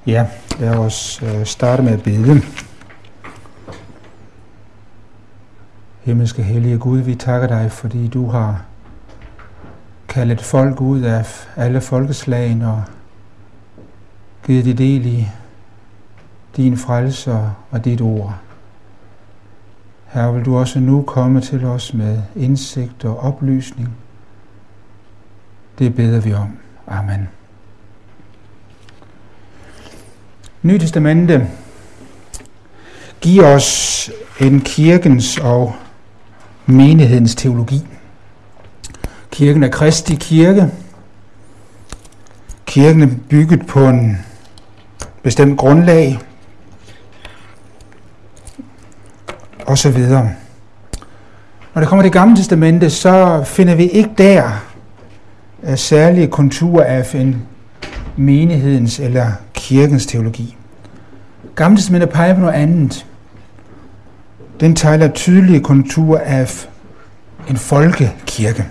Ja, lad os starte med at bede. Himmelske hellige Gud, vi takker dig, fordi du har kaldet folk ud af alle folkeslagene og givet det del i din frelse og dit ord. Her vil du også nu komme til os med indsigt og oplysning. Det beder vi om. Amen. Nye Testamente giver os en kirkens og menighedens teologi. Kirken er Kristi kirke. Kirken er bygget på en bestemt grundlag, og så videre. Når det kommer til Gamle Testamente, så finder vi ikke der særlige konturer af en menighedens eller kirkens teologi. Gamle Testamente peger på noget andet. Den tegner tydelige konturer af en folkekirke.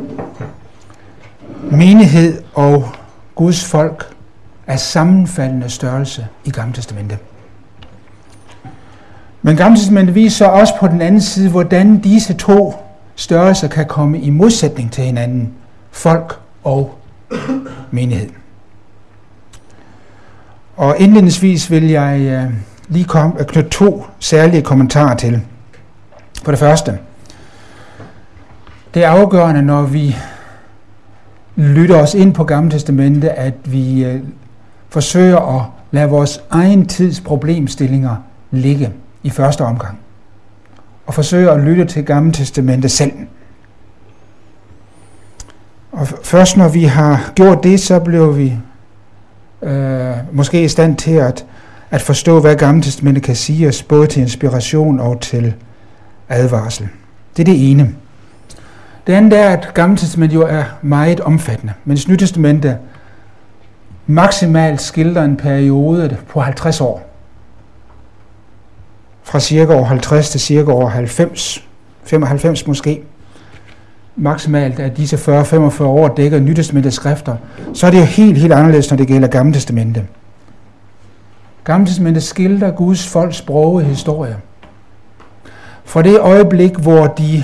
Menighed og Guds folk er sammenfaldende størrelse i Gamle Testamente. Men Gamle Testamente viser også på den anden side, hvordan disse to størrelser kan komme i modsætning til hinanden. Folk og menighed. Og indledningsvis vil jeg lige knytte to særlige kommentarer til. For det første, det er afgørende, når vi lytter os ind på Gamle Testamente, at vi forsøger at lade vores egen tids problemstillinger ligge i første omgang. Og forsøger at lytte til Gamle Testamente selv. Og først når vi har gjort det, så bliver vi måske i stand til at forstå, hvad Gamle Testamente kan sige os, både til inspiration og til advarsel. Det er det ene. Det andet er, at Gamle Testamente jo er meget omfattende, mens Nye Testamente maksimalt skildrer en periode på 50 år. Fra cirka år 50 til cirka år 90, 95 måske. Maksimalt af disse 40-45 år dækker Nye Testamentets skrifter, så er det jo helt anderledes, når det gælder Gamle Testamente. Gamle Testamente skildrer Guds folks sprog og historie. Fra det øjeblik, hvor de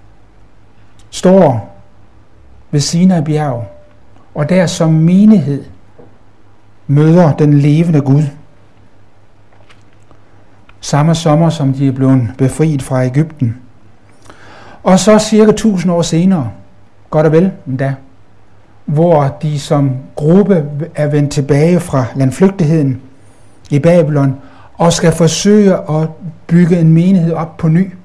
står ved Sinai bjerg, og der som menighed møder den levende Gud. Samme sommer, som de er blevet befriet fra Egypten. Og så cirka 1000 år senere, godt og vel endda, hvor de som gruppe er vendt tilbage fra landflygtigheden i Babylon, og skal forsøge at bygge en menighed op på ny.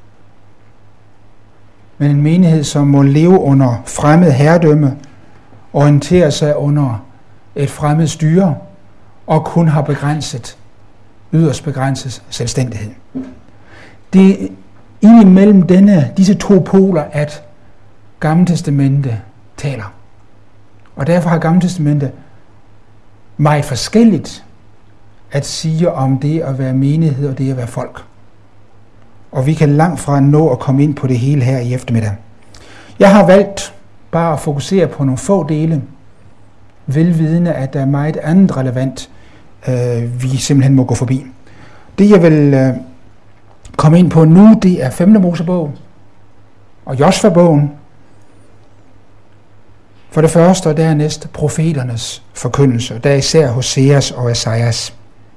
Men en menighed, som må leve under fremmed herredømme, orientere sig under et fremmed styre, og kun har yderst begrænset selvstændighed. Det er indimellem disse to poler, at Gamle Testamente taler. Og derfor har Gamle Testamente meget forskelligt at sige om det at være menighed og det at være folk. Og vi kan langt fra nå at komme ind på det hele her i eftermiddag. Jeg har valgt bare at fokusere på nogle få dele, velvidende at der er meget andet relevant, vi simpelthen må gå forbi. Det jeg vil komme ind på nu, det er 5. Mosebog og Josva-bogen. For det første og dernæst profeternes forkyndelse, og der er især Hoseas og Esajas.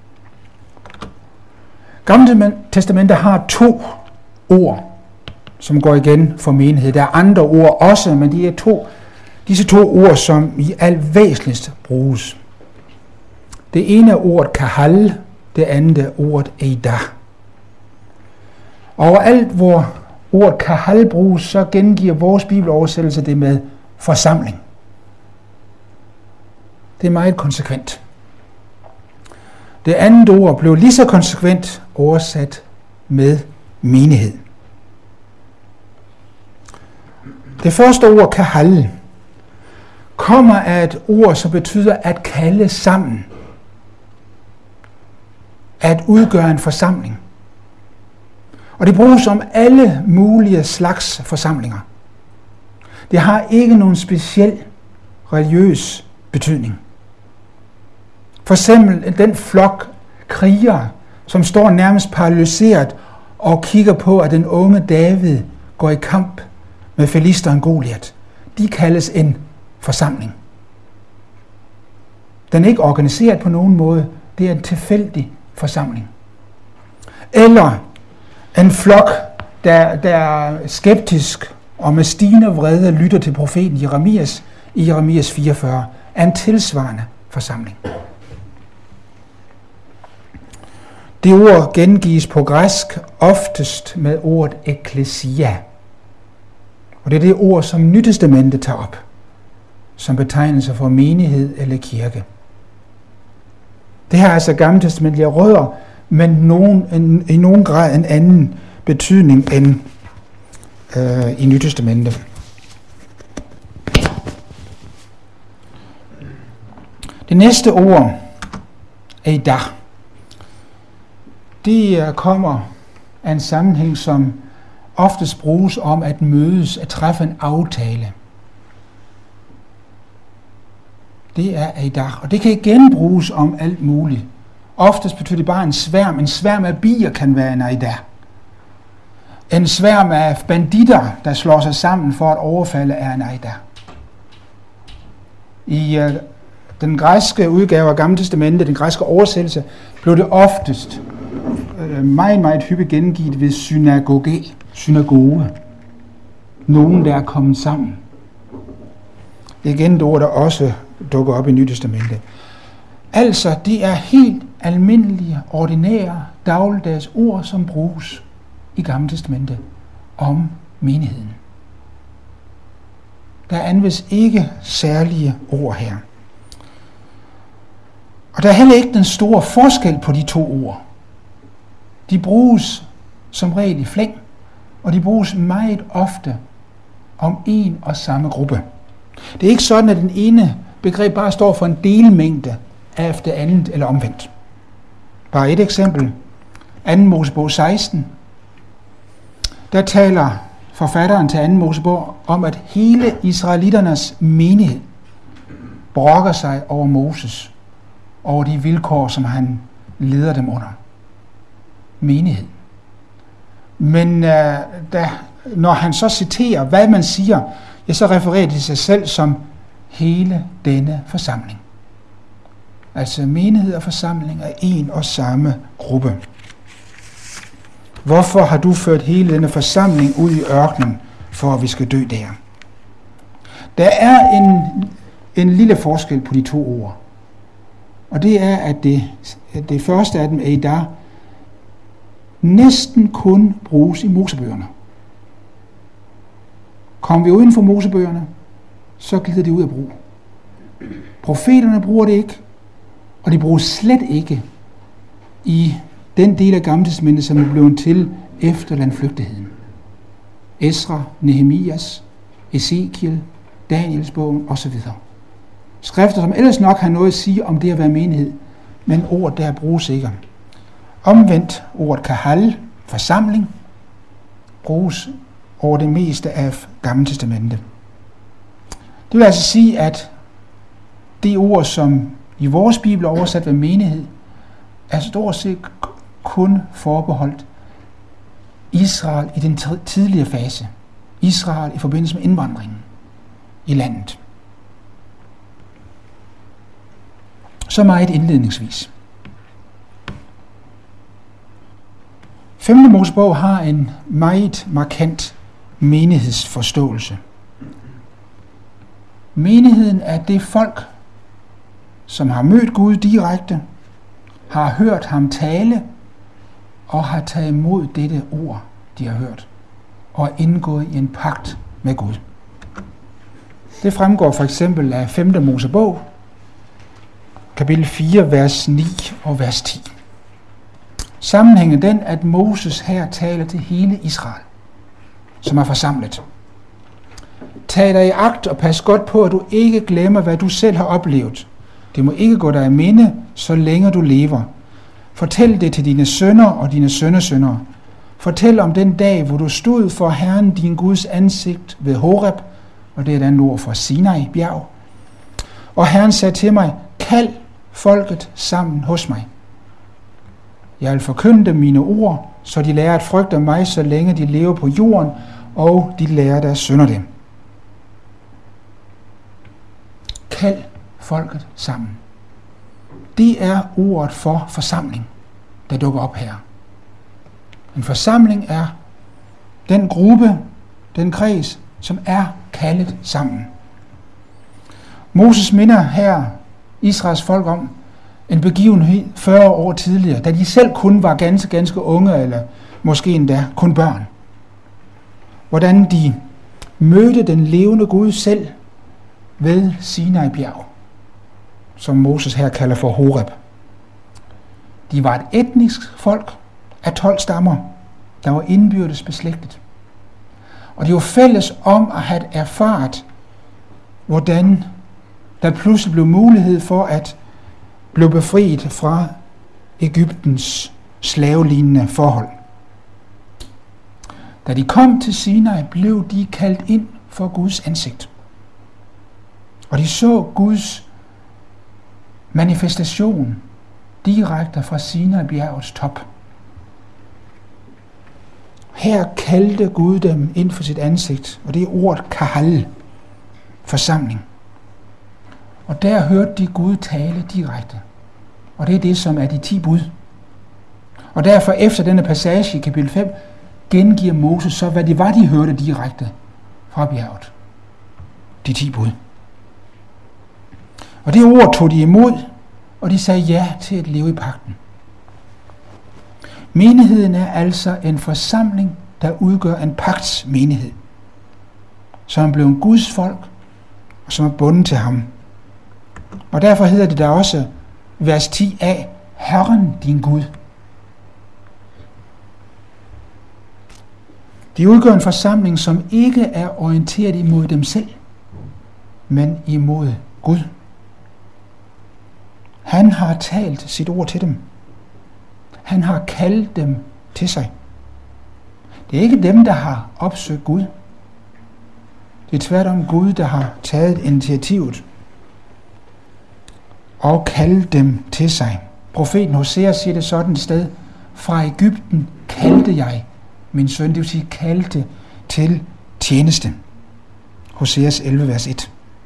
Gamle Testamente har 2 ord, som går igen for menighed. Der er andre ord også, men disse to ord, som i alt væsentligst bruges. Det ene er ordet kahal, det andet er ordet eidah. Overalt, hvor ordet kahal bruges, så gengiver vores bibeloversættelse det med forsamling. Det er meget konsekvent. Det andet ord blev lige så konsekvent oversat med menighed. Det første ord, kahal, kommer af et ord, som betyder at kalde sammen. At udgøre en forsamling. Og det bruges om alle mulige slags forsamlinger. Det har ikke nogen speciel religiøs betydning. For eksempel den flok krigere, som står nærmest paralyseret og kigger på, at den unge David går i kamp med filisteren Goliat. De kaldes en forsamling. Den er ikke organiseret på nogen måde. Det er en tilfældig forsamling. Eller en flok, der er skeptisk og med stigende vrede lytter til profeten Jeremias i Jeremias 44, er en tilsvarende forsamling. Det ord gengives på græsk oftest med ordet ekklesia. Og det er det ord, som Nyt Testamentet tager op, som betegnelse for menighed eller kirke. Det har altså gammeltestamentlige rødder, men i nogen grad en anden betydning end i Nyt Testamentet. Det næste ord, eidah, det kommer af en sammenhæng, som oftest bruges om at mødes, at træffe en aftale. Det er eidah, og det kan igen bruges om alt muligt. Oftest betyder det bare en sværm. En sværm af bier kan være en eidah. En sværm af banditter, der slår sig sammen for at overfalde, er en eidah. I den græske udgave af Gamle Testamentet, den græske oversættelse, blev det oftest meget hyppigt gengivet ved synagoge. Nogen, der er kommet sammen. Det er igen et ord, der også dukker op i Nye Testamentet. Altså, det er helt almindelige, ordinære, dagligdags ord, som bruges i Gamle Testamentet om menigheden. Der anvendes ikke særlige ord her. Og der er heller ikke den store forskel på de to ord. De bruges som regel i flæng, og de bruges meget ofte om en og samme gruppe. Det er ikke sådan, at den ene begreb bare står for en delmængde af det andet eller omvendt. Bare et eksempel. 2. Mosebog 16. Der taler forfatteren til 2. Mosebog om, at hele israelitternes menighed brokker sig over Moses, over de vilkår, som han leder dem under. Menighed. Men når han så citerer, hvad man siger, ja, så refererer de sig selv som hele denne forsamling. Altså menighed og forsamling er en og samme gruppe. Hvorfor har du ført hele denne forsamling ud i ørkenen, for at vi skal dø der? Der er en lille forskel på de to ord. Og det er, at det første af dem, eidah, næsten kun bruges i Mosebøgerne. Kommer vi uden for Mosebøgerne, så glider det ud af brug. Profeterne bruger det ikke, og de bruges slet ikke i den del af Gamle Testamentet, som er blevet til efter landflygtigheden. Esra, Nehemias, Ezekiel, Daniels bogen osv. Skrifter, som ellers nok har noget at sige om det at være menighed, men ord der bruges ikke. Omvendt ordet kahal, forsamling, bruges over det meste af Gamle Testamentet. Det vil altså sige, at det ord, som i vores bibel er oversat ved menighed, er stort set kun forbeholdt Israel i den tidlige fase. Israel i forbindelse med indvandringen i landet. Så meget indledningsvis. 5. Mosebog har en meget markant menighedsforståelse. Menigheden er det folk, som har mødt Gud direkte, har hørt ham tale og har taget imod dette ord, de har hørt, og er indgået i en pagt med Gud. Det fremgår for eksempel af 5. Mosebog, kapitel 4, vers 9 og vers 10. Sammenhængen den, at Moses her taler til hele Israel, som er forsamlet. Tag dig i agt og pas godt på, at du ikke glemmer, hvad du selv har oplevet. Det må ikke gå dig af minde, så længe du lever. Fortæl det til dine sønner og dine sønnesønner. Fortæl om den dag, hvor du stod for Herren din Guds ansigt ved Horeb, og det er et andet ord for Sinai bjerg. Og Herren sagde til mig, kald folket sammen hos mig. Jeg vil forkynde dem mine ord, så de lærer at frygte mig, så længe de lever på jorden, og de lærer deres sønner dem. Kald folket sammen. Det er ordet for forsamling, der dukker op her. En forsamling er den gruppe, den kreds, som er kaldet sammen. Moses minder her Israels folk om en begivenhed 40 år tidligere, da de selv kun var ganske unge, eller måske endda kun børn. Hvordan de mødte den levende Gud selv ved Sinai bjerg, som Moses her kalder for Horeb. De var et etnisk folk af 12 stammer, der var indbyrdes beslægtet. Og de var fælles om at have erfaret, hvordan der pludselig blev mulighed for at blive befriet fra Egyptens slavelignende forhold. Da de kom til Sinai, blev de kaldt ind for Guds ansigt. Og de så Guds manifestation direkte fra Sinai-bjergets top. Her kaldte Gud dem ind for sit ansigt, og det er ordet kahal, forsamling. Og der hørte de Gud tale direkte. Og det er det, som er de 10 bud. Og derfor efter denne passage i kapitel 5, gengiver Moses så, hvad det var, de hørte direkte fra bjerget. De 10 bud. Og det ord tog de imod, og de sagde ja til at leve i pagten. Menigheden er altså en forsamling, der udgør en pagtsmenighed, som er blevet Guds folk, og som er bundet til ham. Og derfor hedder det der også, vers 10a, Herren din Gud. De udgør en forsamling, som ikke er orienteret imod dem selv, men imod Gud. Han har talt sit ord til dem. Han har kaldt dem til sig. Det er ikke dem, der har opsøgt Gud. Det er tværtom Gud, der har taget initiativet og kaldt dem til sig. Profeten Hosea siger det sådan et sted: fra Egypten kaldte jeg min søn, det vil sige kaldte til tjeneste. Hoseas 11, vers 1.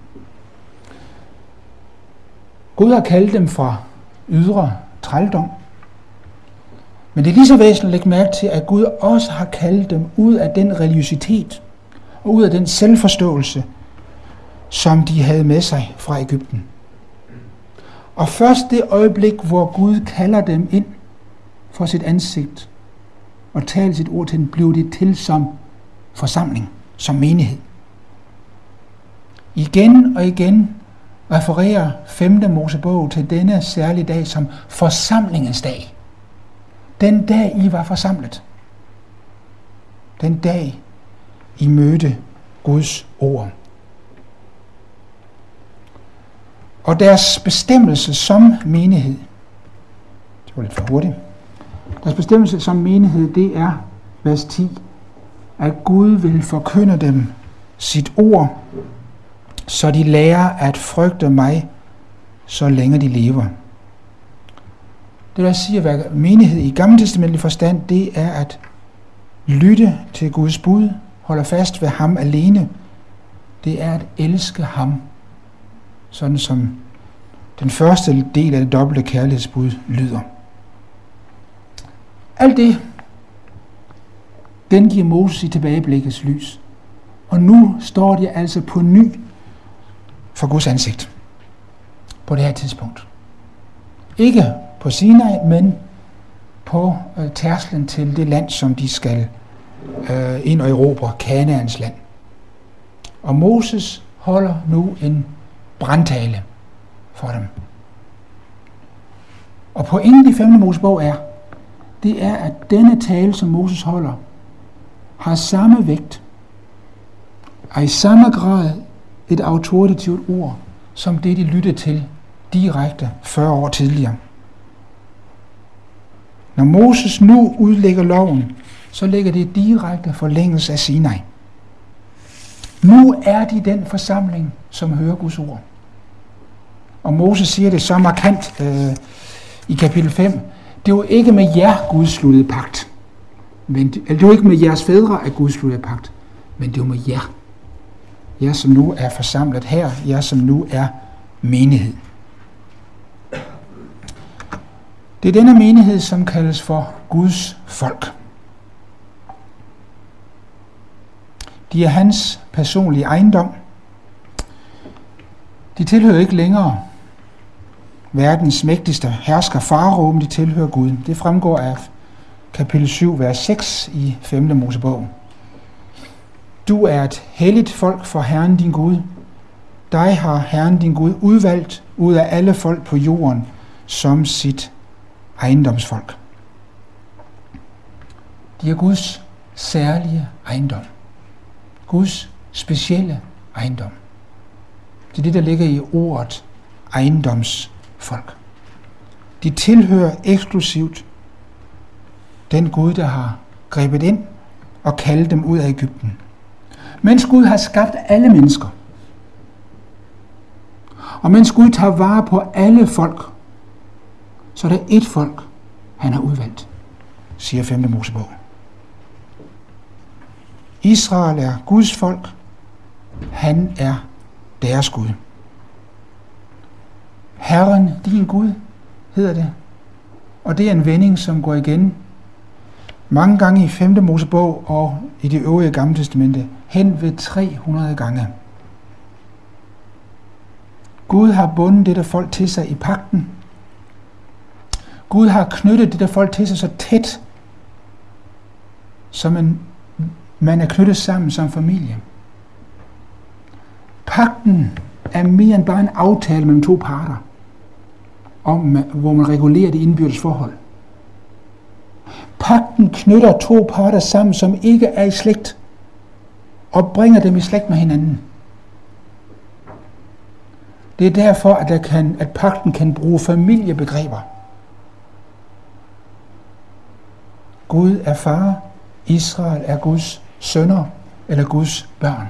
Gud har kaldt dem fra ydre trældom. Men det er lige så væsentligt at lægge mærke til, at Gud også har kaldt dem ud af den religiøsitet og ud af den selvforståelse, som de havde med sig fra Egypten. Og først det øjeblik, hvor Gud kalder dem ind for sit ansigt og taler sit ord til dem, blev det til som forsamling, som menighed. Igen og igen refererer 5. Mosebog til denne særlige dag som forsamlingens dag. Den dag, I var forsamlet. Den dag, I mødte Guds ord. Og deres bestemmelse som menighed, det var lidt for hurtigt, deres bestemmelse som menighed, det er, vers 10, at Gud vil forkynde dem sit ord, så de lærer at frygte mig, så længe de lever. Det vil sige at være menighed i gammeltestamentlig forstand, det er at lytte til Guds bud, holde fast ved ham alene. Det er at elske ham, sådan som den første del af det dobbelte kærlighedsbud lyder. Alt det gengiver Moses i tilbageblikkets lys. Og nu står de altså på ny for Guds ansigt på det her tidspunkt. Ikke på Sinai, men på tærsklen til det land, som de skal ind og erobre, Kanaans land. Og Moses holder nu en brandtale for dem. Og pointen i 5. Mosebog det er, at denne tale, som Moses holder, har samme vægt, og i samme grad et autoritativt ord, som det de lyttede til direkte 40 år tidligere. Når Moses nu udlægger loven, så ligger det direkte forlængelse af Sinai. Nu er de den forsamling, som hører Guds ord. Og Moses siger det så markant i kapitel 5. Det er jo ikke med jer, Gud sluttede pagt. Det er jo ikke med jeres fædre, at Gud sluttede pagt. Men det er jo med jer. Jer, som nu er forsamlet her. Jer, som nu er menighed. Det er denne menighed, som kaldes for Guds folk. De er hans personlige ejendom. De tilhører ikke længere verdens mægtigste hersker farao, men de tilhører Gud. Det fremgår af kapitel 7, vers 6 i 5. Mosebog. Du er et helligt folk for Herren din Gud. Dig har Herren din Gud udvalgt ud af alle folk på jorden som sit ejendomsfolk. De er Guds særlige ejendom. Guds specielle ejendom. Det er det, der ligger i ordet ejendomsfolk. De tilhører eksklusivt den Gud, der har grebet ind og kaldt dem ud af Egypten. Mens Gud har skabt alle mennesker, og mens Gud tager vare på alle folk, så er der ét folk, han har udvalgt, siger 5. Mosebog. Israel er Guds folk. Han er deres Gud. Herren, din Gud, hedder det. Og det er en vending, som går igen mange gange i 5. Mosebog og i det øvrige Gamle Testamente, hen ved 300 gange. Gud har bundet dette folk til sig i pagten. Gud har knyttet dette folk til sig så tæt, som man er knyttet sammen som familie. Pagten er mere end bare en aftale mellem to parter, hvor man regulerer det indbyrdes forhold. Pagten knytter to parter sammen, som ikke er i slægt, og bringer dem i slægt med hinanden. Det er derfor, at pagten kan bruge familiebegreber. Gud er far, Israel er Guds sønner eller Guds børn.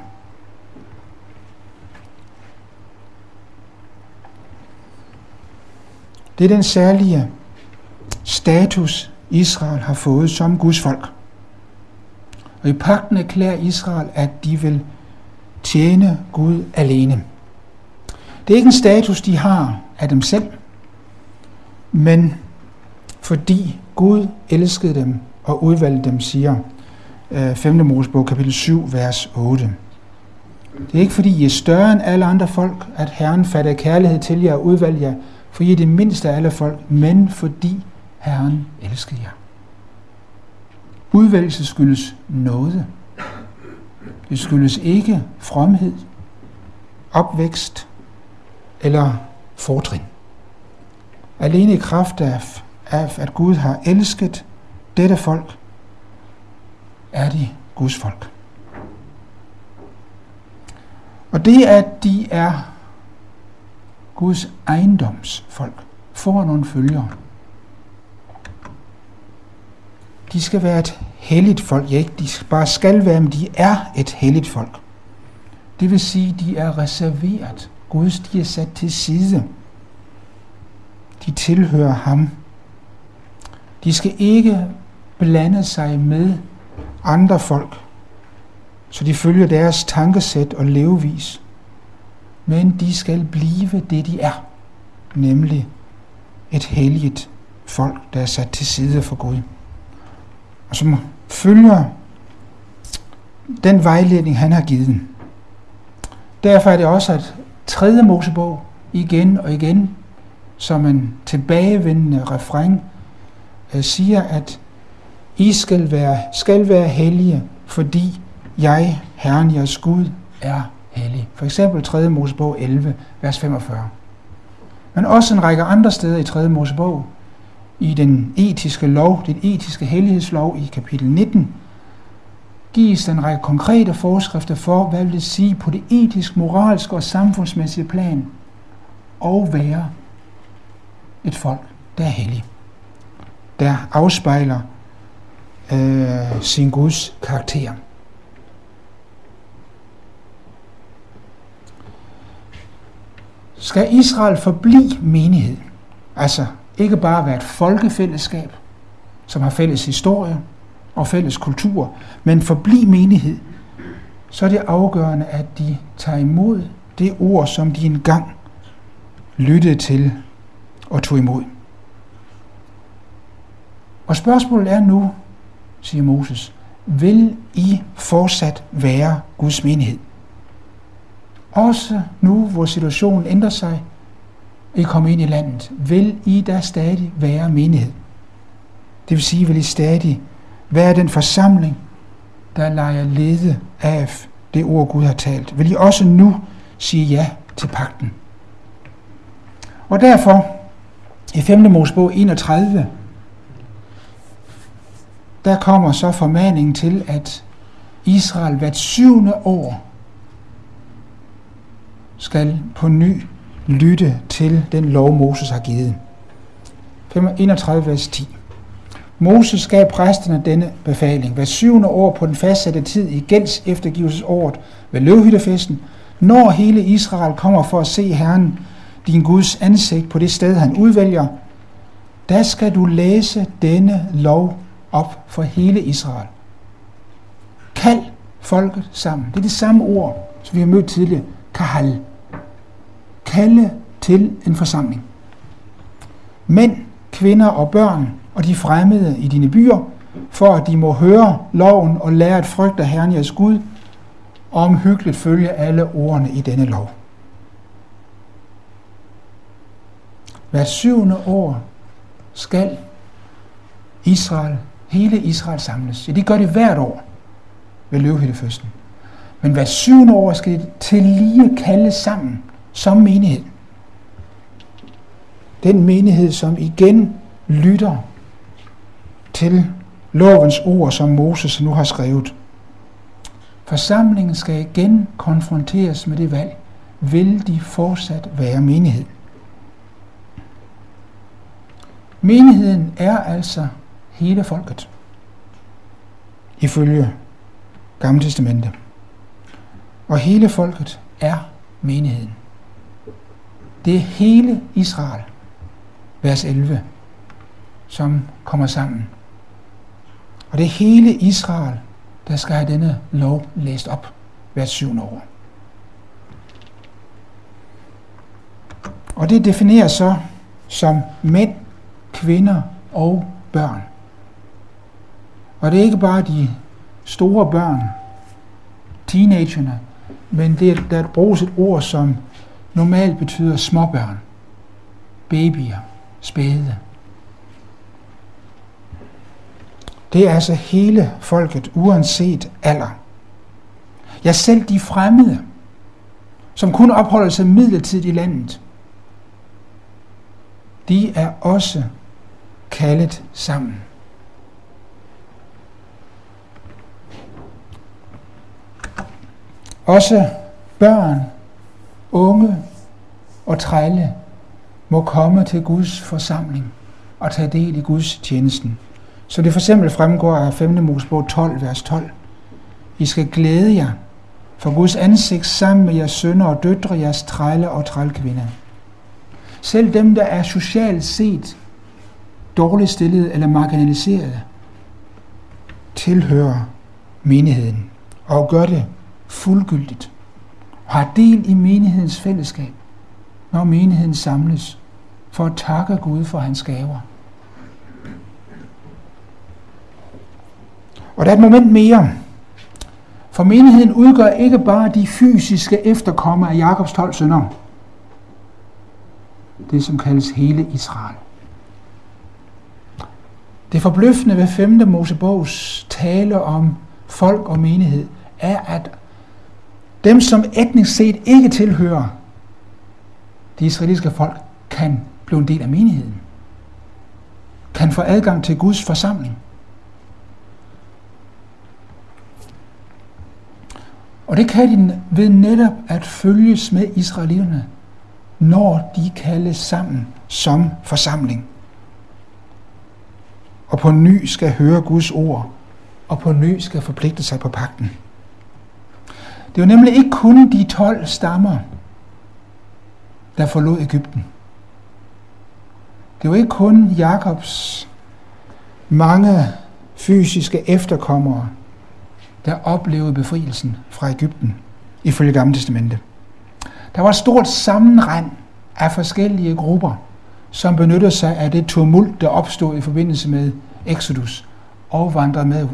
Det er den særlige status, Israel har fået som Guds folk. Og i pagten erklærer Israel, at de vil tjene Gud alene. Det er ikke en status, de har af dem selv, men fordi Gud elskede dem og udvalgte dem, siger 5. Mosebog kapitel 7, vers 8. Det er ikke fordi I er større end alle andre folk, at Herren fatter kærlighed til jer og udvalgte jer, for I er det mindste af alle folk, men fordi Herren elskede jer. Udvælgelse skyldes nåde. Det skyldes ikke fromhed, opvækst eller fortrin. Alene i kraft af, at Gud har elsket dette folk, er de Guds folk. Og det, at de er Guds ejendomsfolk, får nogle følgere. De skal være et helligt folk. Ja, ikke de bare skal være, men de er et helligt folk. Det vil sige, de er reserveret. Guds, de er sat til side. De tilhører ham. De skal ikke blande sig med andre folk, så de følger deres tankesæt og levevis. Men de skal blive det, de er, nemlig et helligt folk, der er sat til side for Gud, og som følger den vejledning, han har givet. Derfor er det også, at 3. Mosebog igen og igen, som en tilbagevendende refræn, siger, at I skal være hellige, fordi jeg, Herren jeres Gud, er hellig. For eksempel 3. Mosebog 11, vers 45. Men også en række andre steder i 3. Mosebog, i den etiske lov, den etiske hellighedslov i kapitel 19, gives der en række konkrete forskrifter for, hvad vil det sige på det etisk, moralske og samfundsmæssige plan at være et folk, der er hellig, der afspejler sin Guds karakter. skal Israel forblive menighed, altså ikke bare være et folkefællesskab, som har fælles historie og fælles kultur, men forblive menighed, så er det afgørende, at de tager imod det ord, som de engang lyttede til og tog imod. Og spørgsmålet er nu, siger Moses, vil I fortsat være Guds menighed? Også nu, hvor situationen ændrer sig, I kommer ind i landet, vil I da stadig være menighed? Det vil sige, vil I stadig være den forsamling, der lader lede af det ord, Gud har talt? Vil I også nu sige ja til pagten? Og derfor, i 5. Mosebog 31, der kommer så formaningen til, at Israel hvert 7. år skal på ny lytte til den lov, Moses har givet. 31, vers 10. Moses gav præsterne denne befaling. Hver 7. år på den fastsatte tid i gælds eftergivelsesåret ved løvhyttefesten, når hele Israel kommer for at se Herren, din Guds ansigt på det sted, han udvælger, der skal du læse denne lov op for hele Israel. Kald folket sammen. Det er det samme ord, som vi har mødt tidligere. Kahal. Kalde til en forsamling. Mænd, kvinder og børn og de fremmede i dine byer, for at de må høre loven og lære at frygte Herren jeres Gud, og omhyggeligt følge alle ordene i denne lov. Hvert 7. år skal Israel, hele Israel samles. Ja, de gør det hvert år ved løvhyttefesten. Men hvert 7. år skal det tillige kaldes sammen som menighed. Den menighed, som igen lytter til lovens ord, som Moses nu har skrevet. Forsamlingen skal igen konfronteres med det valg. Vil de fortsat være menighed? Menigheden er altså hele folket, ifølge Gamle Testamente. Og hele folket er menigheden. Det er hele Israel, vers 11, som kommer sammen. Og det er hele Israel, der skal have denne lov læst op hvert 7. år. Og det defineres så som mænd, kvinder og børn. Og det er ikke bare de store børn, teenagerne, men der bruges et ord, som normalt betyder småbørn, babyer, spæde. Det er altså hele folket, uanset alder. Ja, selv de fremmede, som kun opholder sig midlertidigt i landet, de er også kaldet sammen. Også børn, unge og trælle må komme til Guds forsamling og tage del i Guds tjenesten. Så det for eksempel fremgår af 5. Mosebog 12, vers 12. I skal glæde jer for Guds ansigt sammen med jeres sønner og døtre, jeres trælle og trælkvinder. Selv dem, der er socialt set dårligt stillede eller marginaliserede, tilhører menigheden og gør det fuldgyldigt og har del i menighedens fællesskab, når menigheden samles for at takke Gud for hans gaver. Og der er et moment mere, for menigheden udgør ikke bare de fysiske efterkommere af Jakobs 12 sønner, det som kaldes hele Israel. Det forbløffende ved 5. Mosebogs tale om folk og menighed er, at dem, som etnisk set ikke tilhører de israelitiske folk, kan blive en del af menigheden. Kan få adgang til Guds forsamling. Og det kan de ved netop at følges med israelitterne, når de kaldes sammen som forsamling. Og på ny skal høre Guds ord, og på ny skal forpligte sig på pagten. Det er jo nemlig ikke kun de 12 stammer, der forlod Egypten. Det var ikke kun Jakobs mange fysiske efterkommere, der oplevede befrielsen fra Egypten, ifølge Gamle Testamente. Der var et stort sammenrend af forskellige grupper, som benyttede sig af det tumult, der opstod i forbindelse med Exodus, og vandrede med ud.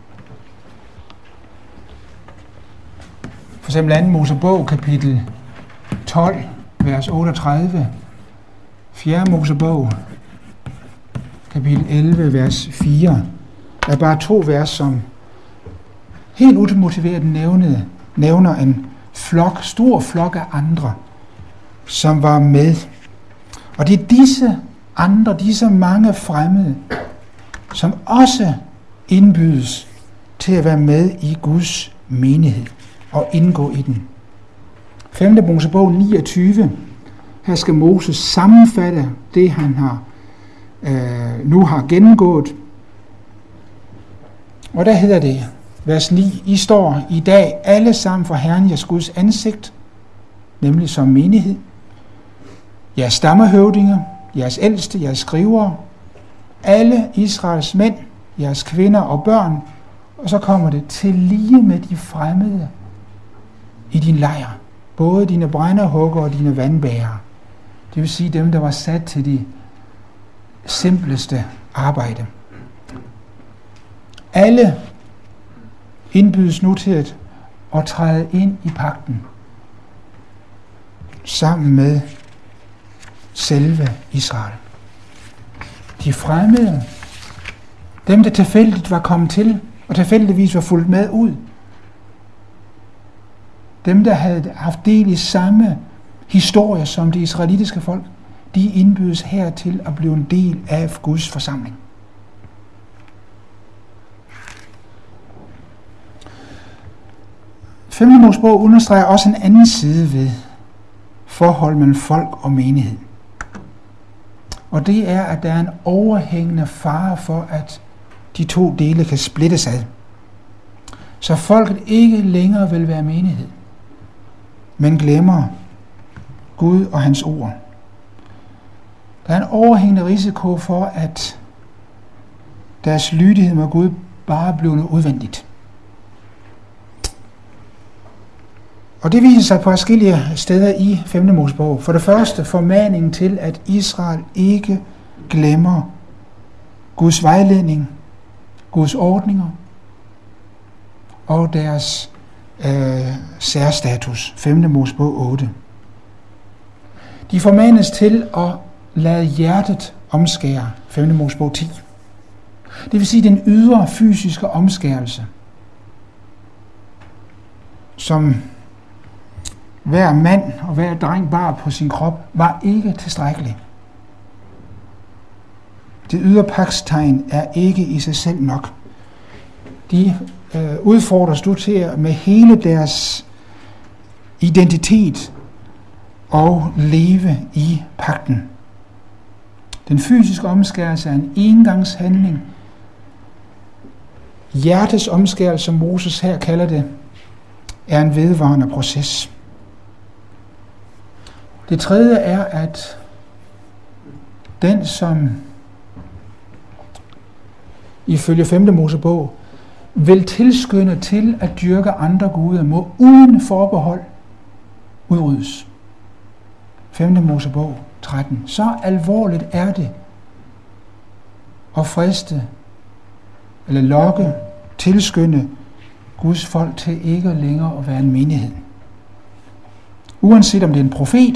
For eksempel 2. Mosebog, kapitel 12, vers 38. 4. Mosebog, kapitel 11, vers 4. Der er bare 2 vers, som helt umotiveret nævner en stor flok af andre, som var med. Og det er disse andre, disse mange fremmede, som også indbydes til at være med i Guds menighed og indgå i den. 5. Mosebog 29. Her skal Moses sammenfatte det, han nu har gennemgået. Og der hedder det, vers 9, I står i dag alle sammen for Herren jeres Guds ansigt, nemlig som menighed. Jeres stammehøvdinger, jeres ældste, jeres skrivere, alle Israels mænd, jeres kvinder og børn, og så kommer det til lige med de fremmede i din lejr, både dine brænderhugger og dine vandbærere. Det vil sige dem, der var sat til de simpleste arbejde. Alle indbydes nu til at træde ind i pagten sammen med selve Israel. De fremmede, dem der tilfældigt var kommet til, og tilfældigvis var fulgt med ud, dem der havde haft del i samme historie som det israelitiske folk, de indbydes her til at blive en del af Guds forsamling. Femte Mosebog understreger også en anden side ved forhold mellem folk og menighed. Og det er, at der er en overhængende fare for, at de 2 dele kan splittes ad. Så folket ikke længere vil være menighed, men glemmer Gud og hans ord. Der er en overhængende risiko for, at deres lydighed med Gud bare bliver noget udvendigt. Og det viser sig på forskellige steder i 5. Mosebog. For det første formaningen til, at Israel ikke glemmer Guds vejledning, Guds ordninger og deres særstatus. 5. Mosebog 8. De formanes til at lade hjertet omskære. 5. Mosebog 10. Det vil sige den ydre fysiske omskærelse, som hver mand og hver dreng bar på sin krop, var ikke tilstrækkelig. Det ydre pagtstegn er ikke i sig selv nok. De udfordres du til at med hele deres identitet og leve i pagten. Den fysiske omskærelse er en engangshandling. Hjertets omskærelse, som Moses her kalder det, er en vedvarende proces. Det tredje er, at den, som ifølge 5. Mosebog vil tilskynde til at dyrke andre guder, må uden forbehold udryddes. 5. Mosebog 13. Så alvorligt er det at friste eller lokke, tilskynde Guds folk til ikke længere at være en menighed. Uanset om det er en profet,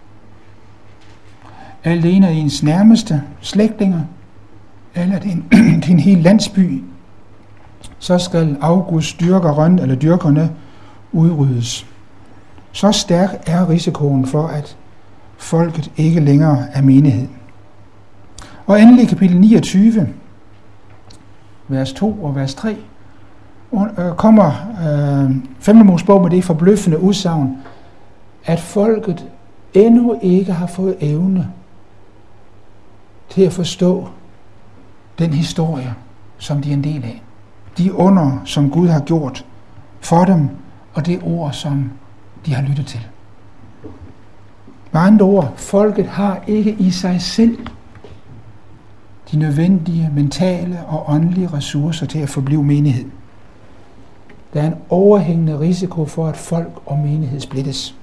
eller det er en af ens nærmeste slægtninger, eller det er en hel landsby, så skal afgudsdyrkeren eller dyrkerne udryddes. Så stærk er risikoen for, at folket ikke længere er menighed. Og endelig kapitel 29, vers 2 og vers 3, kommer 5. Mosebog med det forbløffende udsagn, at folket endnu ikke har fået evne til at forstå den historie, som de er en del af. De under, som Gud har gjort for dem, og det ord, som de har lyttet til. Med andre ord, folket har ikke i sig selv de nødvendige mentale og åndelige ressourcer til at forblive menighed. Der er en overhængende risiko for, at folk og menighed splittes.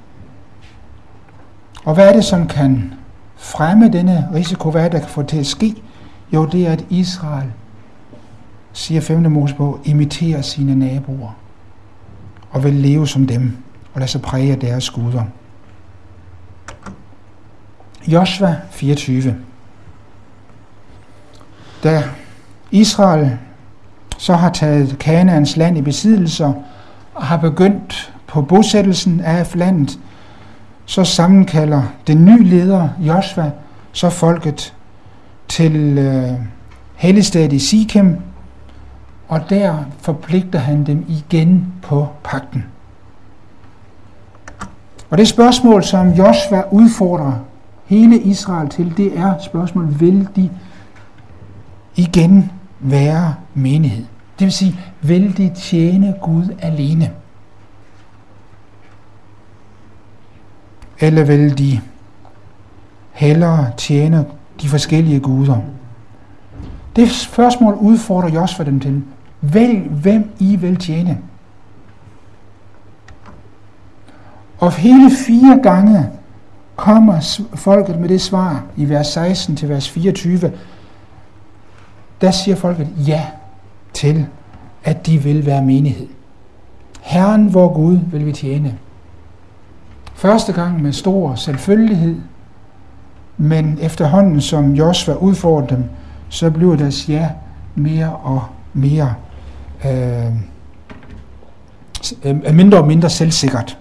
Og hvad er det, som kan fremme denne risiko? Hvad er det, der kan få til at ske? Jo, det er, at Israel, siger 5. Mosebog, imiterer sine naboer og vil leve som dem og lade sig præge af deres guder. Josva 24. Da Israel så har taget Kanaans land i besiddelser og har begyndt på bosættelsen af landet, så sammenkalder den nye leder Josva så folket til helligstedet i Sikem, og der forpligter han dem igen på pagten. Og det spørgsmål, som Josva udfordrer hele Israel til, det er spørgsmålet, vil de igen være menighed? Det vil sige, vil de tjene Gud alene? Eller vil de hellere tjene de forskellige guder? Det spørgsmål udfordrer Josva dem til. Vælg, hvem I vil tjene. Og hele 4 gange kommer folket med det svar i vers 16 til vers 24. Der siger folket ja til, at de vil være menighed. Herren, vor Gud, vil vi tjene. Første gang med stor selvfølgelighed, men efterhånden som Josva udfordrer dem, så bliver deres ja mere og mere mindre og mindre selvsikkert.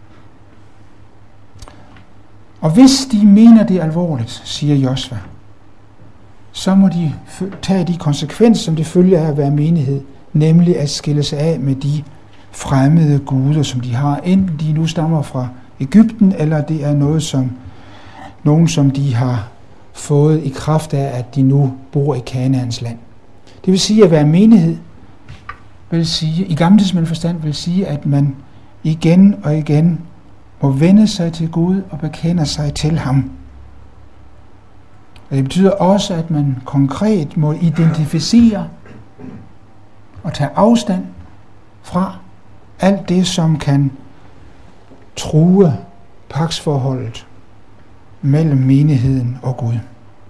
Og hvis de mener det alvorligt, siger Josva, så må de tage de konsekvenser, som det følger af at være menighed, nemlig at skille sig af med de fremmede guder, som de har, enten de nu stammer fra Egypten, eller det er nogen, som de har fået i kraft af, at de nu bor i Kanaans land. Det vil sige, at være menighed vil sige, i gammeltestamentelig forstand vil sige, at man igen og igen må vende sig til Gud og bekende sig til ham. Og det betyder også, at man konkret må identificere og tage afstand fra alt det, som kan true pagtsforholdet mellem menigheden og Gud.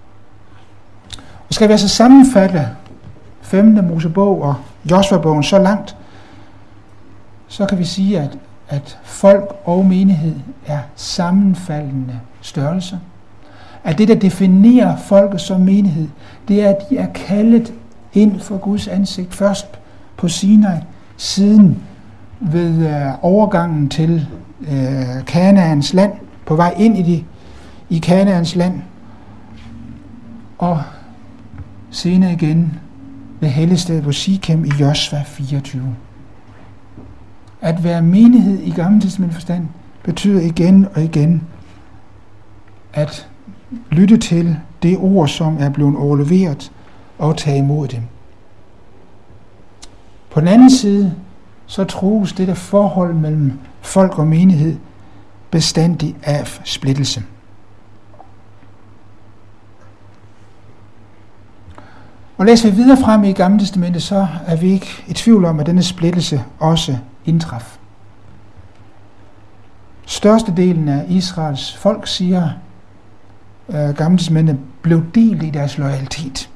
Og skal vi altså sammenfatte 5. Mosebog og Josva-bogen så langt, så kan vi sige, at folk og menighed er sammenfaldende størrelser. At det, der definerer folket som menighed, det er, at de er kaldet ind for Guds ansigt først på Sinai, siden ved overgangen til Kanaans land, på vej ind i Kanaans land, og senere igen ved helligstedet på Sikem i Josva 24. At være menighed i gammeltestamentelig forstand betyder igen og igen at lytte til det ord, som er blevet overleveret, og tage imod dem. På den anden side, så trues dette forhold mellem folk og menighed bestandigt af splittelse. Og læser vi videre frem i Gamle Testamentet, så er vi ikke i tvivl om, at denne splittelse også indtraf. Størstedelen af Israels folk, siger Gamle Testamentet, blev delt i deres loyalitet.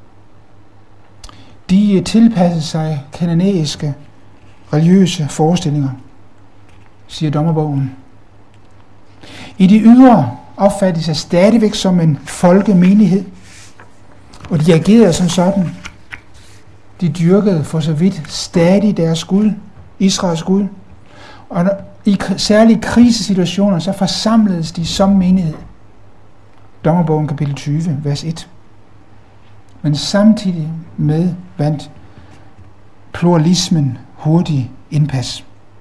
De tilpassede sig kananæiske religiøse forestillinger, siger Dommerbogen. I de ydre opfattede de sig stadigvæk som en folkemenighed, og de agerede som sådan. De dyrkede for så vidt stadig deres Gud, Israels Gud. Og i særlige krisesituationer, så forsamledes de som menighed. Dommerbogen kapitel 20, vers 1. Men samtidig med vandt pluralismen hurtigt indpas.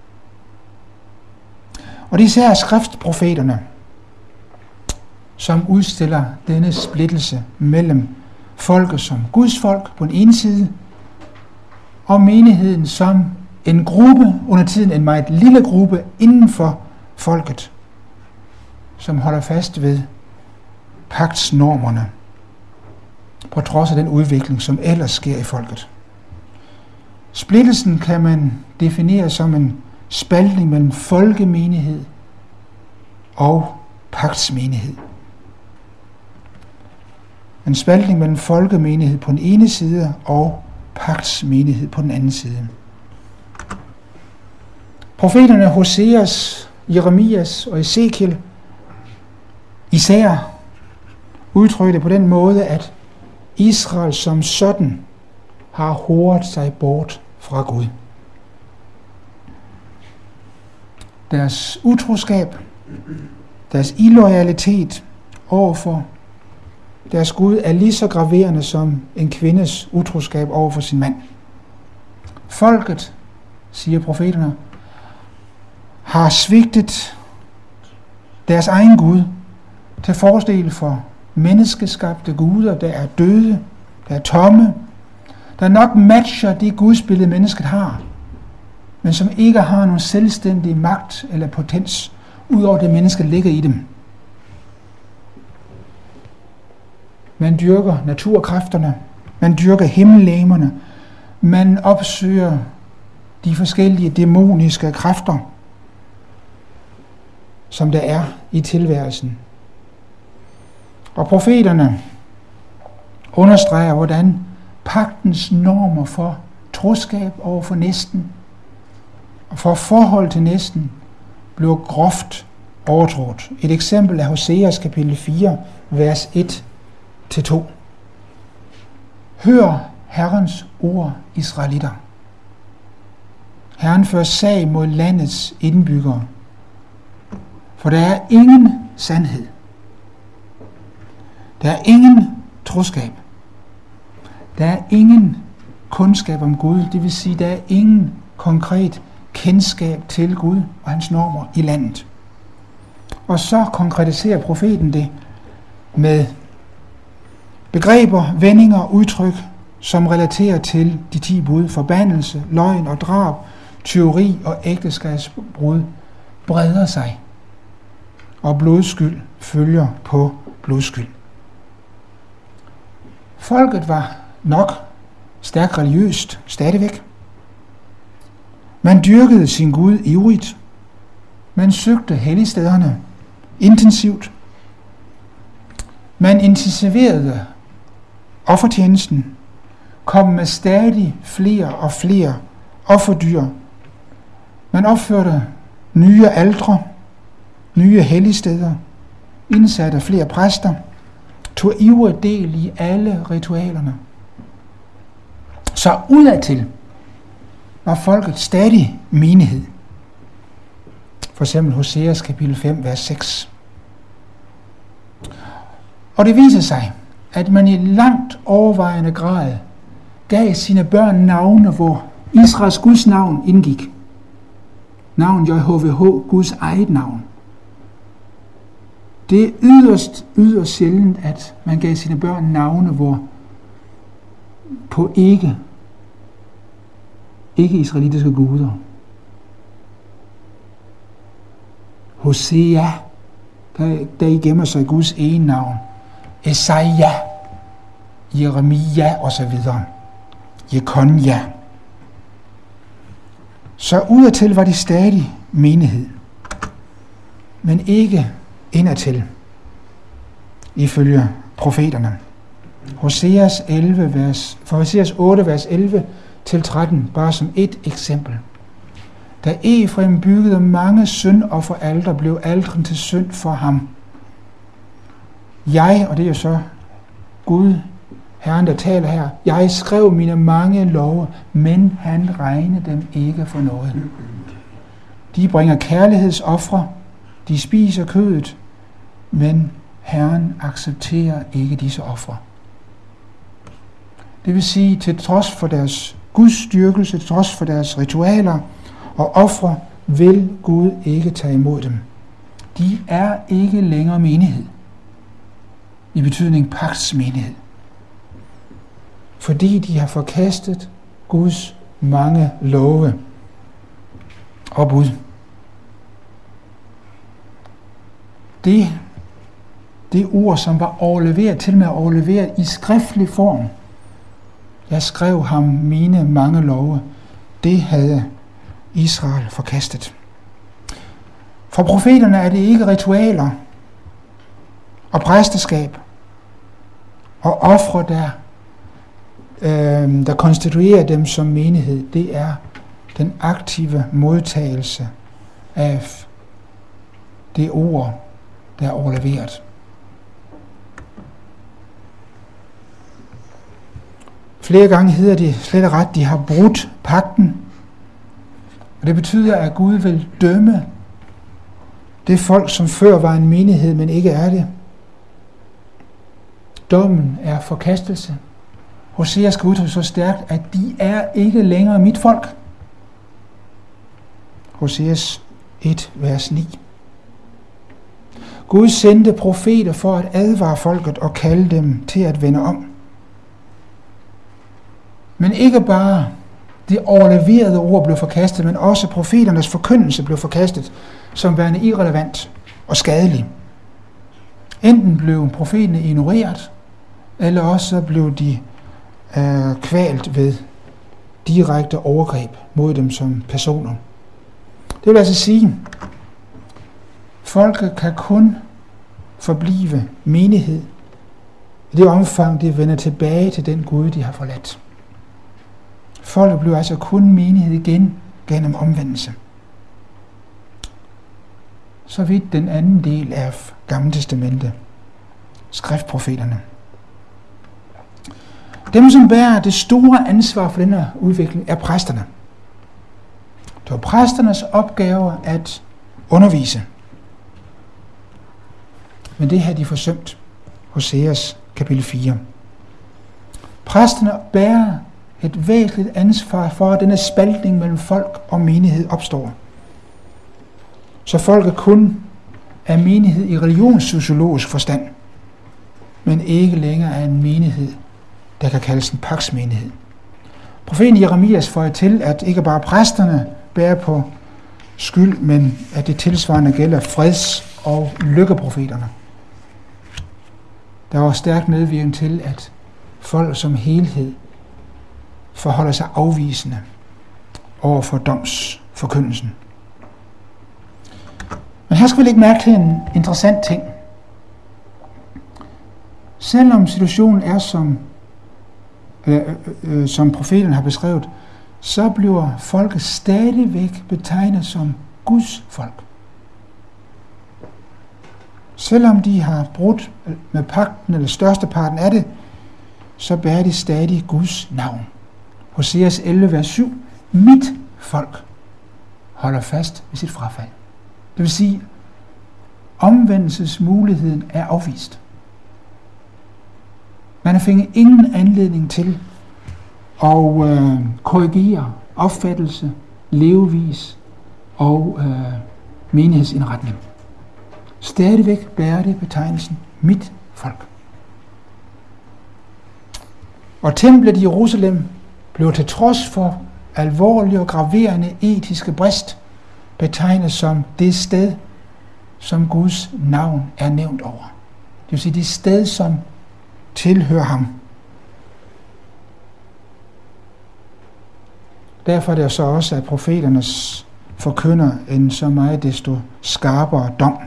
Og det er især skriftprofeterne, som udstiller denne splittelse mellem folket som Guds folk på den ene side, og menigheden som en gruppe, under tiden en meget lille gruppe inden for folket. som holder fast ved pagtsnormerne, på trods af den udvikling, som ellers sker i folket. Splittelsen kan man definere som en spaltning mellem folkemenighed og pagtsmenighed. En spaltning mellem folkemenighed på den ene side og pagtsmenighed på den anden side. Profeterne Hoseas, Jeremias og Ezekiel især udtrykte på den måde, at Israel som sådan har hovedet sig bort fra Gud. Deres utroskab, deres illoyalitet overfor deres Gud er lige så graverende som en kvindes utroskab overfor sin mand. Folket, siger profeterne, har svigtet deres egen Gud til fordel for menneskeskabte guder, der er døde, der er tomme, der nok matcher det gudsbillede, mennesket har, men som ikke har nogen selvstændig magt eller potens, udover det menneske ligger i dem. Man dyrker naturkræfterne, man dyrker himmellegemerne, man opsøger de forskellige dæmoniske kræfter, som der er i tilværelsen. Og profeterne understreger, hvordan pagtens normer for troskab over for næsten og for forhold til næsten blev groft overtrådt. Et eksempel er Hoseas kapitel 4, vers 1-2. Hør Herrens ord, Israelitter. Herren fører sag mod landets indbyggere, for der er ingen sandhed. Der er ingen troskab. Der er ingen kundskab om Gud, det vil sige, der er ingen konkret kendskab til Gud og hans normer i landet. Og så konkretiserer profeten det med begreber, vendinger og udtryk, som relaterer til de 10 bud: forbandelse, løgn og drab, tyveri og ægteskabsbrud breder sig, og blodskyld følger på blodskyld. Folket var nok stærkt religiøst stadigvæk. Man dyrkede sin Gud ivrigt. Man søgte helligstederne intensivt. Man intensiverede offertjenesten, kom med stadig flere og flere offerdyr. Man opførte nye altre, nye helligsteder, indsatte flere præster, tog ivrig del i alle ritualerne. Så udadtil var folket stadig menighed. For eksempel Hoseas kapitel 5, vers 6. Og det viser sig, at man i langt overvejende grad gav sine børn navne, hvor Israels Guds navn indgik. Navn JHVH, Guds eget navn. Det er yderst sjældent, at man gav sine børn navne, hvor på ikke israelitiske guder. Hosea, der i gemmer sig Guds ene navn. Esaja, Jeremia osv. Jekonja. Så udadtil var de stadig menighed, men ikke indadtil, ifølge profeterne. Hoseas 8, vers 11-13, bare som et eksempel. Da Efraim byggede mange syndofferalter, blev altren til synd for ham. Jeg, og det er jo så Gud, Herren, der taler her, jeg skrev mine mange love, men han regnede dem ikke for noget. De bringer kærlighedsofre, de spiser kødet, men Herren accepterer ikke disse ofre. Det vil sige, til trods for deres gudsdyrkelse, til trods for deres ritualer og ofre, vil Gud ikke tage imod dem. De er ikke længere menighed, i betydning pagtsmenighed, fordi de har forkastet Guds mange love og bud. det ord, som var overleveret, til og med overleveret i skriftlig form. Jeg skrev ham mine mange love. Det havde Israel forkastet. For profeterne er det ikke ritualer og præsteskab og ofre, der konstituerer dem som menighed. Det er den aktive modtagelse af det ord, der er overleveret. Flere gange hedder det slet og ret, de har brudt pagten. Og det betyder, at Gud vil dømme det folk, som før var en menighed, men ikke er det. Dommen er forkastelse. Hosea skal udtrykke så stærkt, at de er ikke længere mit folk. Hoseas 1, vers 9. Gud sendte profeter for at advare folket og kalde dem til at vende om. Men ikke bare det overleverede ord blev forkastet, men også profeternes forkyndelse blev forkastet, som værende irrelevant og skadelig. Enten blev profeterne ignoreret, eller også blev de kvalt ved direkte overgreb mod dem som personer. Det vil altså sige, folket kan kun forblive menighed i det omfang, de vender tilbage til den Gud, de har forladt. Folket bliver altså kun menighed igen gennem omvendelse. Så vidt den anden del af Gamle Testamente, skriftprofeterne. Dem, som bærer det store ansvar for denne udvikling, er præsterne. Det var præsternes opgave at undervise. Men det har de forsømt. Hoseas kapitel 4. Præsterne bærer et væsentligt ansvar for, at denne spaltning mellem folk og menighed opstår. Så folket kun er menighed i religionssociologisk forstand, men ikke længere er en menighed, der kan kaldes en pagtsmenighed. Profeten Jeremias føjer til, at ikke bare præsterne bærer på skyld, men at det tilsvarende gælder freds- og lykkeprofeterne. Der var stærkt medvirkende til, at folk som helhed forholder sig afvisende over for domsforkyndelsen. Men her skal vi lægge mærke til en interessant ting. Selvom situationen er som profeten har beskrevet, så bliver folket stadigvæk betegnet som Guds folk. Selvom de har brudt med pagten, eller størsteparten af det, så bærer de stadig Guds navn. Hoseas 11, vers 7. Mit folk holder fast ved sit frafald. Det vil sige, omvendelsesmuligheden er afvist. Man har fået ingen anledning til at korrigere opfattelse, levevis og menighedsindretning. Stadigvæk bærer det betegnelsen mit folk. Og templet i Jerusalem blev til trods for alvorlige og graverende etiske brist betegnet som det sted, som Guds navn er nævnt over. Det vil sige det sted, som tilhører ham. Derfor er det så også, at profeternes forkynder en så meget desto skarpere dom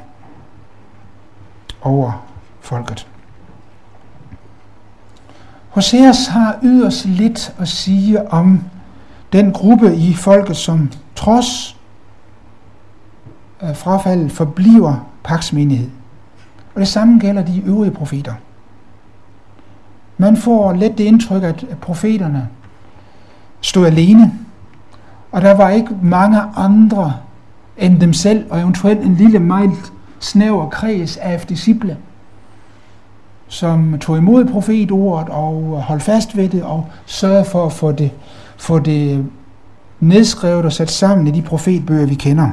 over folket. Hoseas har yderst lidt at sige om den gruppe i folket, som trods frafaldet forbliver pagtsmenighed. Og det samme gælder de øvrige profeter. Man får let det indtryk, at profeterne stod alene, og der var ikke mange andre end dem selv, og eventuelt en lille meget snæver kreds af disciple, som tog imod profetordet og holdt fast ved det og sørgede for at få det nedskrevet og sat sammen i de profetbøger, vi kender.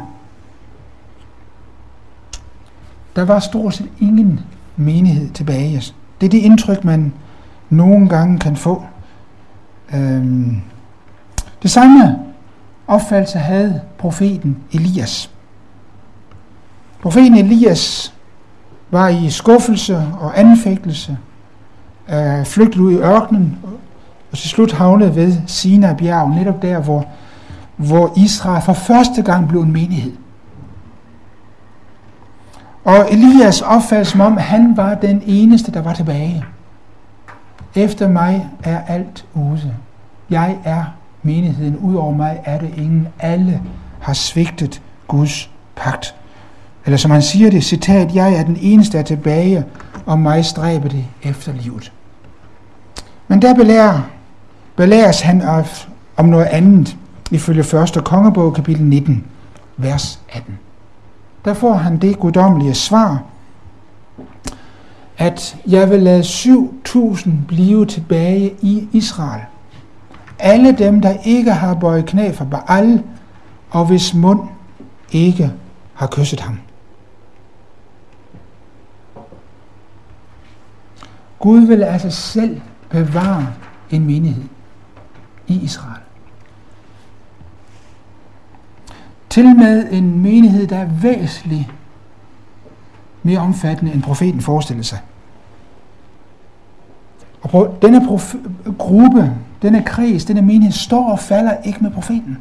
Der var stort set ingen menighed tilbage. Det er det indtryk, man nogle gange kan få. Det samme opfattelse havde profeten Elias. Profeten Elias var i skuffelse og anfægtelse, flygtet ud i ørkenen, og til slut havnede ved Sinai bjerg, netop der, hvor Israel for første gang blev en menighed. Og Elias opfattede som om, han var den eneste, der var tilbage. Efter mig er alt ude. Jeg er menigheden. Udover mig er det ingen. Alle har svigtet Guds pagt. Eller som han siger det, citat, jeg er den eneste, der er tilbage, og mig stræber det efter livet. Men der belæres han om noget andet, ifølge 1. kongebog, kapitel 19, vers 18. Der får han det guddommelige svar, at jeg vil lade 7.000 blive tilbage i Israel. Alle dem, der ikke har bøjet knæ for Baal, og hvis mund ikke har kysset ham. Gud vil altså selv bevare en menighed i Israel. Til med en menighed, der er væsentligt mere omfattende, end profeten forestillede sig. Og denne gruppe, denne kreds, denne menighed, står og falder ikke med profeten.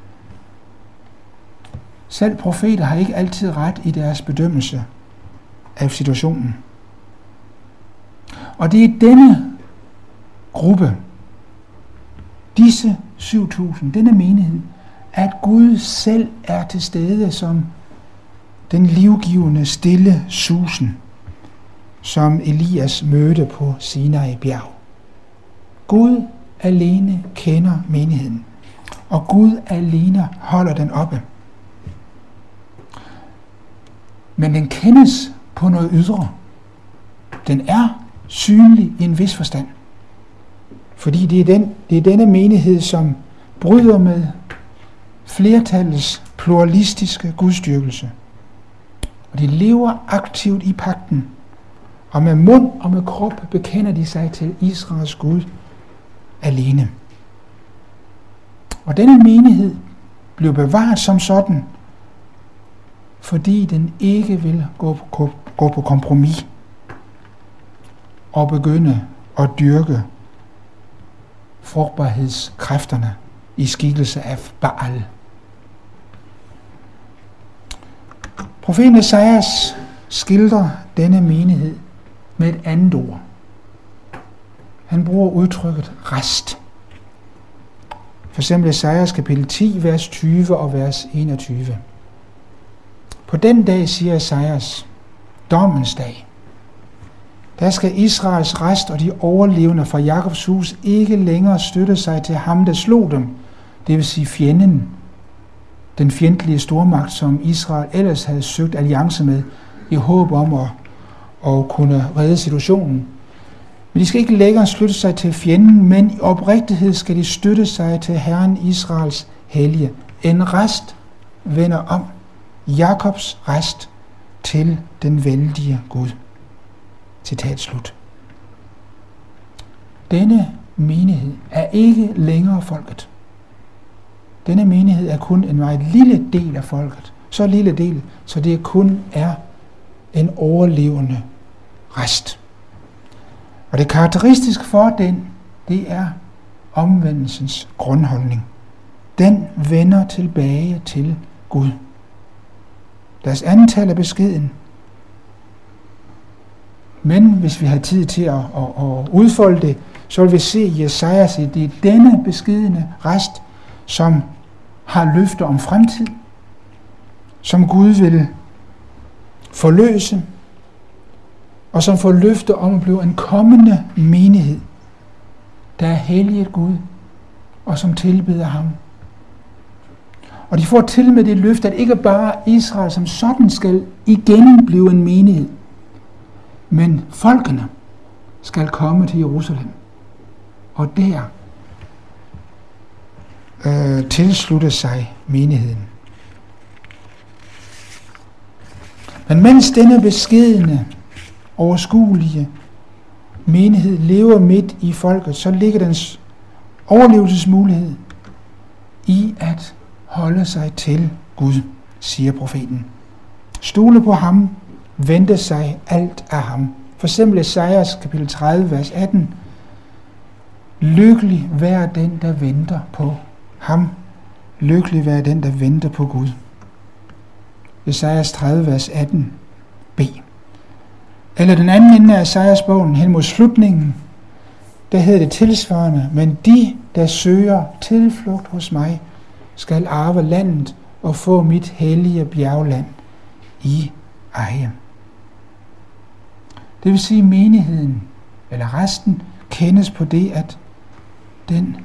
Selv profeter har ikke altid ret i deres bedømmelse af situationen. Og det er denne gruppe, disse 7.000, denne menighed, at Gud selv er til stede som den livgivende, stille susen, som Elias mødte på Sinai bjerg. Gud alene kender menigheden, og Gud alene holder den oppe. Men den kendes på noget ydre. Den er synlig i en vis forstand. Fordi det er denne menighed, som bryder med flertallets pluralistiske gudstyrkelse. Og de lever aktivt i pagten, og med mund og med krop bekender de sig til Israels Gud alene. Og denne menighed blev bevaret som sådan, fordi den ikke vil gå på kompromis og begynde at dyrke frugtbarhedskræfterne i skikkelse af Baal. Profeten Esajas skildrer denne menighed med et andet ord. Han bruger udtrykket rest. For eksempel Esajas kapitel 10, vers 20 og vers 21. På den dag, siger Esajas, dommens dag, der skal Israels rest og de overlevende fra Jakobs hus ikke længere støtte sig til ham, der slog dem, det vil sige fjenden, den fjendtlige stormagt, som Israel ellers havde søgt alliance med, i håb om at kunne redde situationen. Men de skal ikke længere støtte sig til fjenden, men i oprigtighed skal de støtte sig til Herren Israels hellige. En rest vender om, Jakobs rest til den vældige Gud. Citat slut. Denne menighed er ikke længere folket. Denne menighed er kun en meget lille del af folket. Så lille del, så det kun er en overlevende rest. Og det karakteristiske for den, det er omvendelsens grundholdning. Den vender tilbage til Gud. Deres antal er beskeden. Men hvis vi har tid til at udfolde det, så vil vi se i Esajas, at det er denne beskedne rest, som har løfter om fremtid, som Gud vil forløse, og som får løfter om at blive en kommende menighed, der er helliget Gud, og som tilbeder ham. Og de får til med det løfte, at ikke bare Israel som sådan skal igen blive en menighed, men folkene skal komme til Jerusalem, og der tilslutte sig menigheden. Men mens denne beskedne, overskuelige menighed lever midt i folket, så ligger dens overlevelsesmulighed i at holde sig til Gud, siger profeten. Stole på ham vente sig alt af ham. For eksempel Esajas kapitel 30, vers 18. Lykkelig vær den, der venter på ham. Lykkelig vær den, der venter på Gud. Esajas 30, vers 18b. Eller den anden ende af Esajas bogen, hen mod slutningen, der hedder det tilsvarende, men de, der søger tilflugt hos mig, skal arve landet og få mit hellige bjergland i eje. Det vil sige, menigheden, eller resten, kendes på det, at den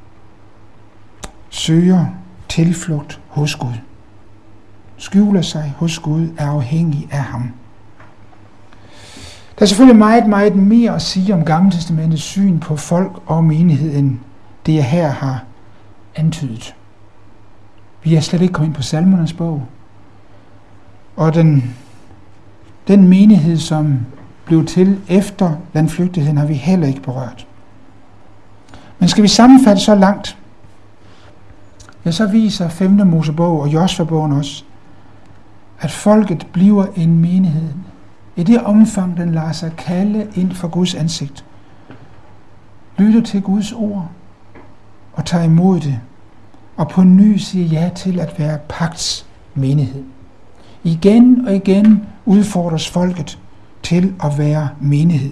søger tilflugt hos Gud. Skjuler sig hos Gud, er afhængig af ham. Der er selvfølgelig meget, meget mere at sige om Gamle Testamentets syn på folk og menighed, end det jeg her har antydet. Vi er slet ikke kommet ind på Salmernes bog. Og den menighed, som blev til efter landflygtigheden, har vi heller ikke berørt. Men skal vi sammenfatte så langt, ja, så viser 5. Mosebog og Josva-bogen også, at folket bliver en menighed i det omfang, den lader sig kalde ind for Guds ansigt, lytter til Guds ord og tager imod det, og på ny siger ja til at være pagts menighed. Igen og igen udfordres folket til at være menighed.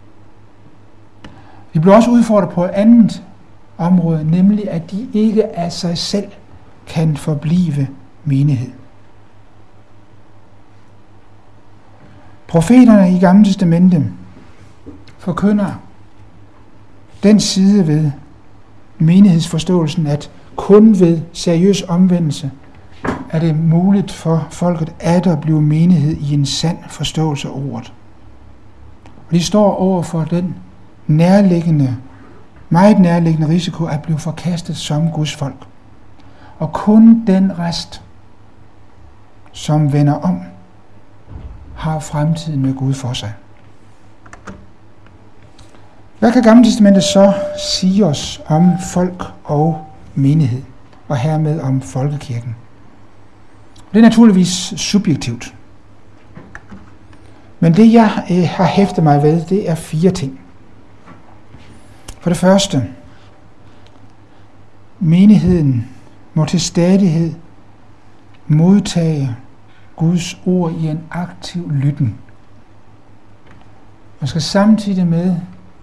Vi bliver også udfordret på et andet område, nemlig at de ikke af sig selv kan forblive menighed. Profeterne i Gamle Testamente forkynder den side ved menighedsforståelsen, at kun ved seriøs omvendelse er det muligt for folket at blive menighed i en sand forståelse af ordet. Og de står over for den meget nærliggende risiko at blive forkastet som Guds folk. Og kun den rest, som vender om, har fremtiden med Gud for sig. Hvad kan Gamle Testamentet så sige os om folk og menighed, og hermed om folkekirken? Det er naturligvis subjektivt. Men det, jeg har hæftet mig ved, det er 4 ting. For det første, menigheden må til stadighed modtage Guds ord i en aktiv lytten. Man skal samtidig med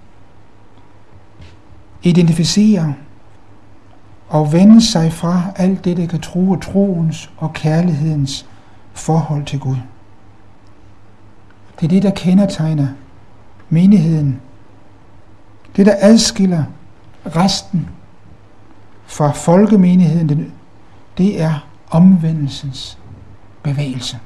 identificere og vende sig fra alt det, der kan true troens og kærlighedens forhold til Gud. Det er det, der kendetegner menigheden. Det, der adskiller resten fra folkemenigheden, det er omvendelsens bevægelse.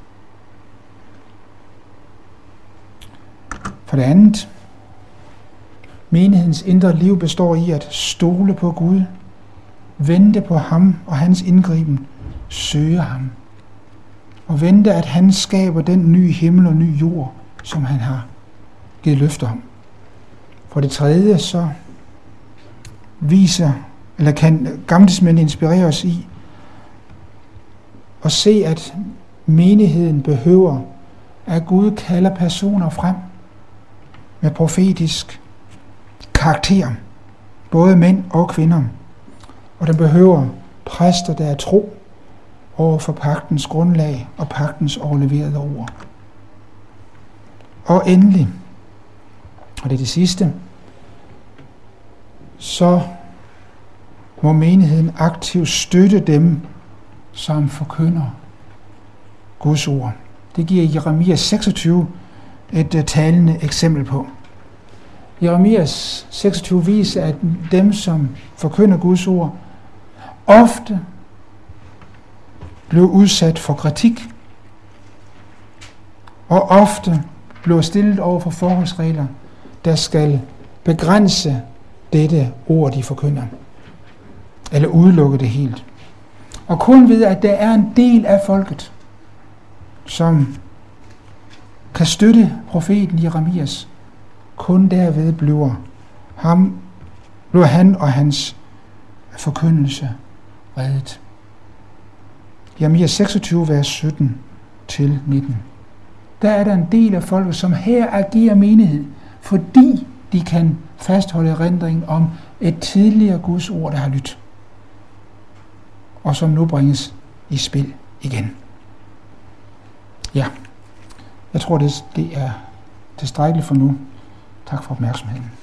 For det andet, menighedens indre liv består i at stole på Gud, vente på ham og hans indgriben, søge ham, og vente, at han skaber den nye himmel og ny jord, som han har givet løfter om. For det tredje, så kan Gamle Testamentet inspirere os i at se, at menigheden behøver, at Gud kalder personer frem med profetisk karakter, både mænd og kvinder. Og den behøver præster, der er tro over for pagtens grundlag og pagtens overleverede ord. Og endelig, og det er det sidste, så må menigheden aktivt støtte dem, som forkynder Guds ord. Det giver Jeremias 26 et talende eksempel på. Jeremias 26 viser, at dem, som forkynder Guds ord, ofte blev udsat for kritik, og ofte blev stillet over for forholdsregler, der skal begrænse dette ord, de forkynder, eller udelukke det helt. Og kun ved, at der er en del af folket, som kan støtte profeten Jeremias, kun derved bliver han og hans forkyndelse reddet. Jeremias 26, vers 17-19. der er der en del af folket, som her agerer menighed, fordi de kan fastholde erindringen om et tidligere Guds ord, der har lyttet, og som nu bringes i spil igen. Ja, jeg tror, det er tilstrækkeligt for nu. Tak for opmærksomheden.